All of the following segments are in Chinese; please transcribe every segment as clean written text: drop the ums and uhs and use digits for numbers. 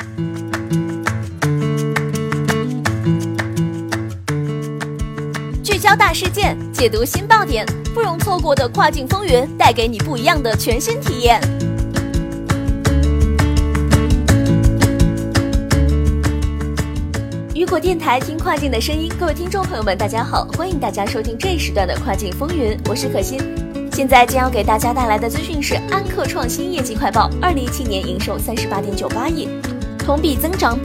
聚焦大事件，解读新爆点，不容错过的跨境风云，带给你不一样的全新体验。雨果电台，听跨境的声音。各位听众朋友们，大家好，欢迎大家收听这一时段的跨境风云，我是可心。现在将要给大家带来的资讯是安克创新业绩快报，2017年营收38.98亿，同比增长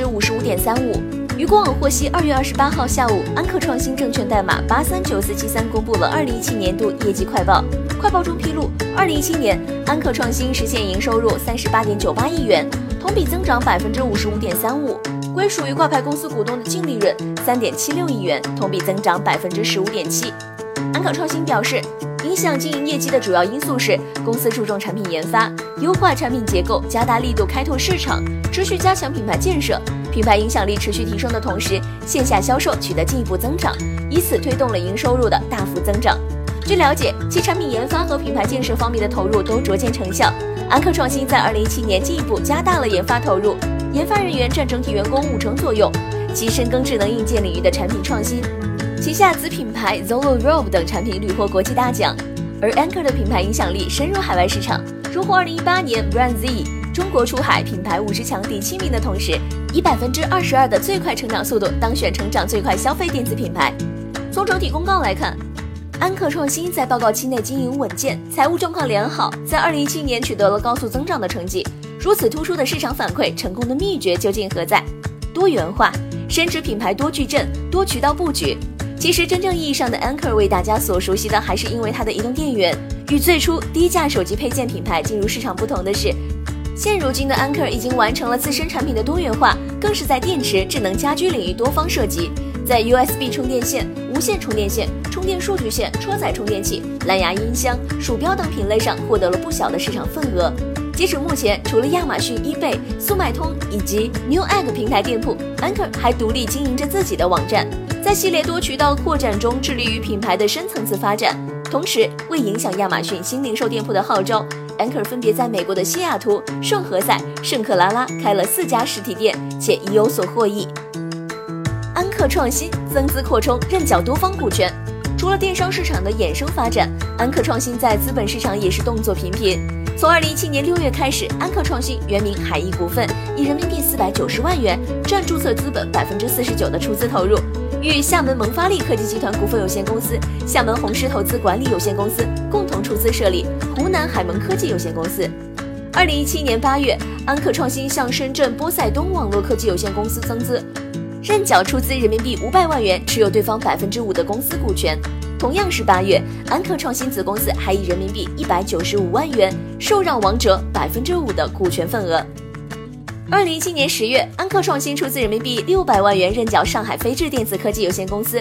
55.35%。雨果网获悉，2月28号下午，安克创新证券代码839473公布了2017年度业绩快报。快报中披露，2017年安克创新实现营收入38.98亿元，同比增长55.35%。归属于挂牌公司股东的净利润3.76亿元，同比增长15.7%。安克创新表示，影响经营业绩的主要因素是公司注重产品研发，优化产品结构，加大力度开拓市场，持续加强品牌建设，品牌影响力持续提升的同时，线下销售取得进一步增长，以此推动了营收入的大幅增长。据了解，其产品研发和品牌建设方面的投入都逐渐成效。安克创新在2017年进一步加大了研发投入，研发人员占整体员工50%左右，其深耕智能硬件领域的产品创新。旗下子品牌 Zolo Robe 等产品屡获国际大奖，而 Anker 的品牌影响力深入海外市场，荣获2018年 Brand Z 中国出海品牌50强第7名的同时，以22%的最快成长速度当选成长最快消费电子品牌。从整体公告来看，安克创新在报告期内经营稳健，财务状况良好，在2017年取得了高速增长的成绩。如此突出的市场反馈，成功的秘诀究竟何在？多元化，深知品牌多矩阵、多渠道布局。其实真正意义上的 Anker 为大家所熟悉的还是因为它的移动电源。与最初低价手机配件品牌进入市场不同的是，现如今的 Anker 已经完成了自身产品的多元化，更是在电池、智能家居领域多方涉及，在 USB 充电线、无线充电线、充电数据线、车载充电器、蓝牙音箱、鼠标等品类上获得了不小的市场份额。截止目前，除了亚马逊、eBay、速卖通以及 Newegg 平台店铺， Anker 还独立经营着自己的网站，在系列多渠道扩展中致力于品牌的深层次发展。同时，为影响亚马逊新零售店铺的号召， Anker 分别在美国的西雅图、圣何塞、圣克拉拉开了4家实体店，且已有所获益。安克创新增资扩充，认缴多方股权。除了电商市场的衍生发展，安克创新在资本市场也是动作频频。从2017年6月开始，安克创新原名海翼股份，以人民币490万元占注册资本49%的出资投入，与厦门萌发力科技集团股份有限公司、厦门红狮投资管理有限公司共同出资设立湖南海萌科技有限公司。2017年8月，安克创新向深圳波塞冬网络科技有限公司增资，认缴出资人民币500万元，持有对方5%的公司股权。同样是8月，安克创新子公司还以人民币195万元受让王者5%的股权份额。2017年10月，安克创新出资人民币600万元认缴上海飞智电子科技有限公司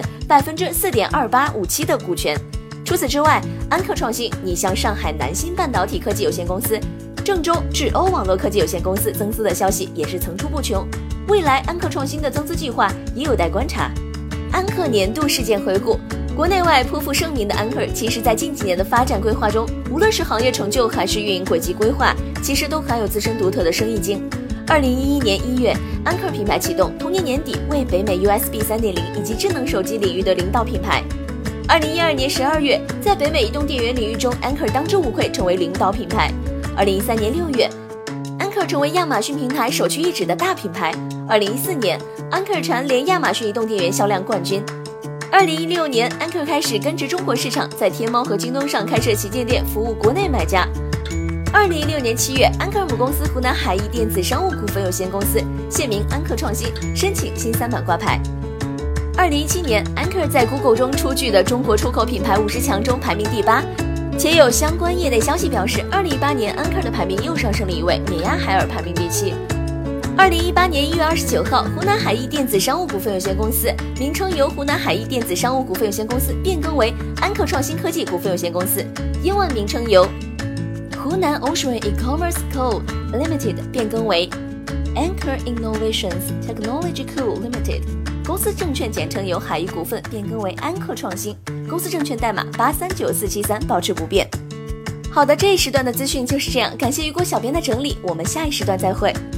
4.2857%的股权。除此之外，安克创新拟向上海南新半导体科技有限公司、郑州智欧网络科技有限公司增资的消息也是层出不穷。未来安克创新的增资计划也有待观察。安克年度事件回顾，国内外颇负盛名的 Anker， 其实在近几年的发展规划中，无论是行业成就还是运营轨迹规划，其实都含有自身独特的生意经。2011年1月，Anker 品牌启动，同年年底为北美 USB 3.0 以及智能手机领域的领导品牌。2012年12月，在北美移动电源领域中 ，Anker 当之无愧成为领导品牌。2013年6月，Anker 成为亚马逊平台首屈一指的大品牌。2014年，Anker 蝉联亚马逊移动电源销量冠军。2016年 ，Anker 开始根植中国市场，在天猫和京东上开设旗舰店，服务国内买家。2016年7月，Anker 母公司湖南海翼电子商务股份有限公司现名安克创新，申请新3版挂牌。2017年 ，Anker 在 Google 中出具的中国出口品牌50强中排名第8，且有相关业内消息表示，2018年 Anker 的排名又上升了1位，碾压海尔排名第7。2018年1月29号，湖南海翼电子商务股份有限公司名称由湖南海翼电子商务股份有限公司变更为安克创新科技股份有限公司，英文名称由湖南 Ocean E-commerce Co. Limited 变更为 Anker Innovations Technology Co. Limited， 公司证券简称由海翼股份变更为安克创新，公司证券代码839473保持不变。好的，这一时段的资讯就是这样，感谢雨果小编的整理，我们下一时段再会。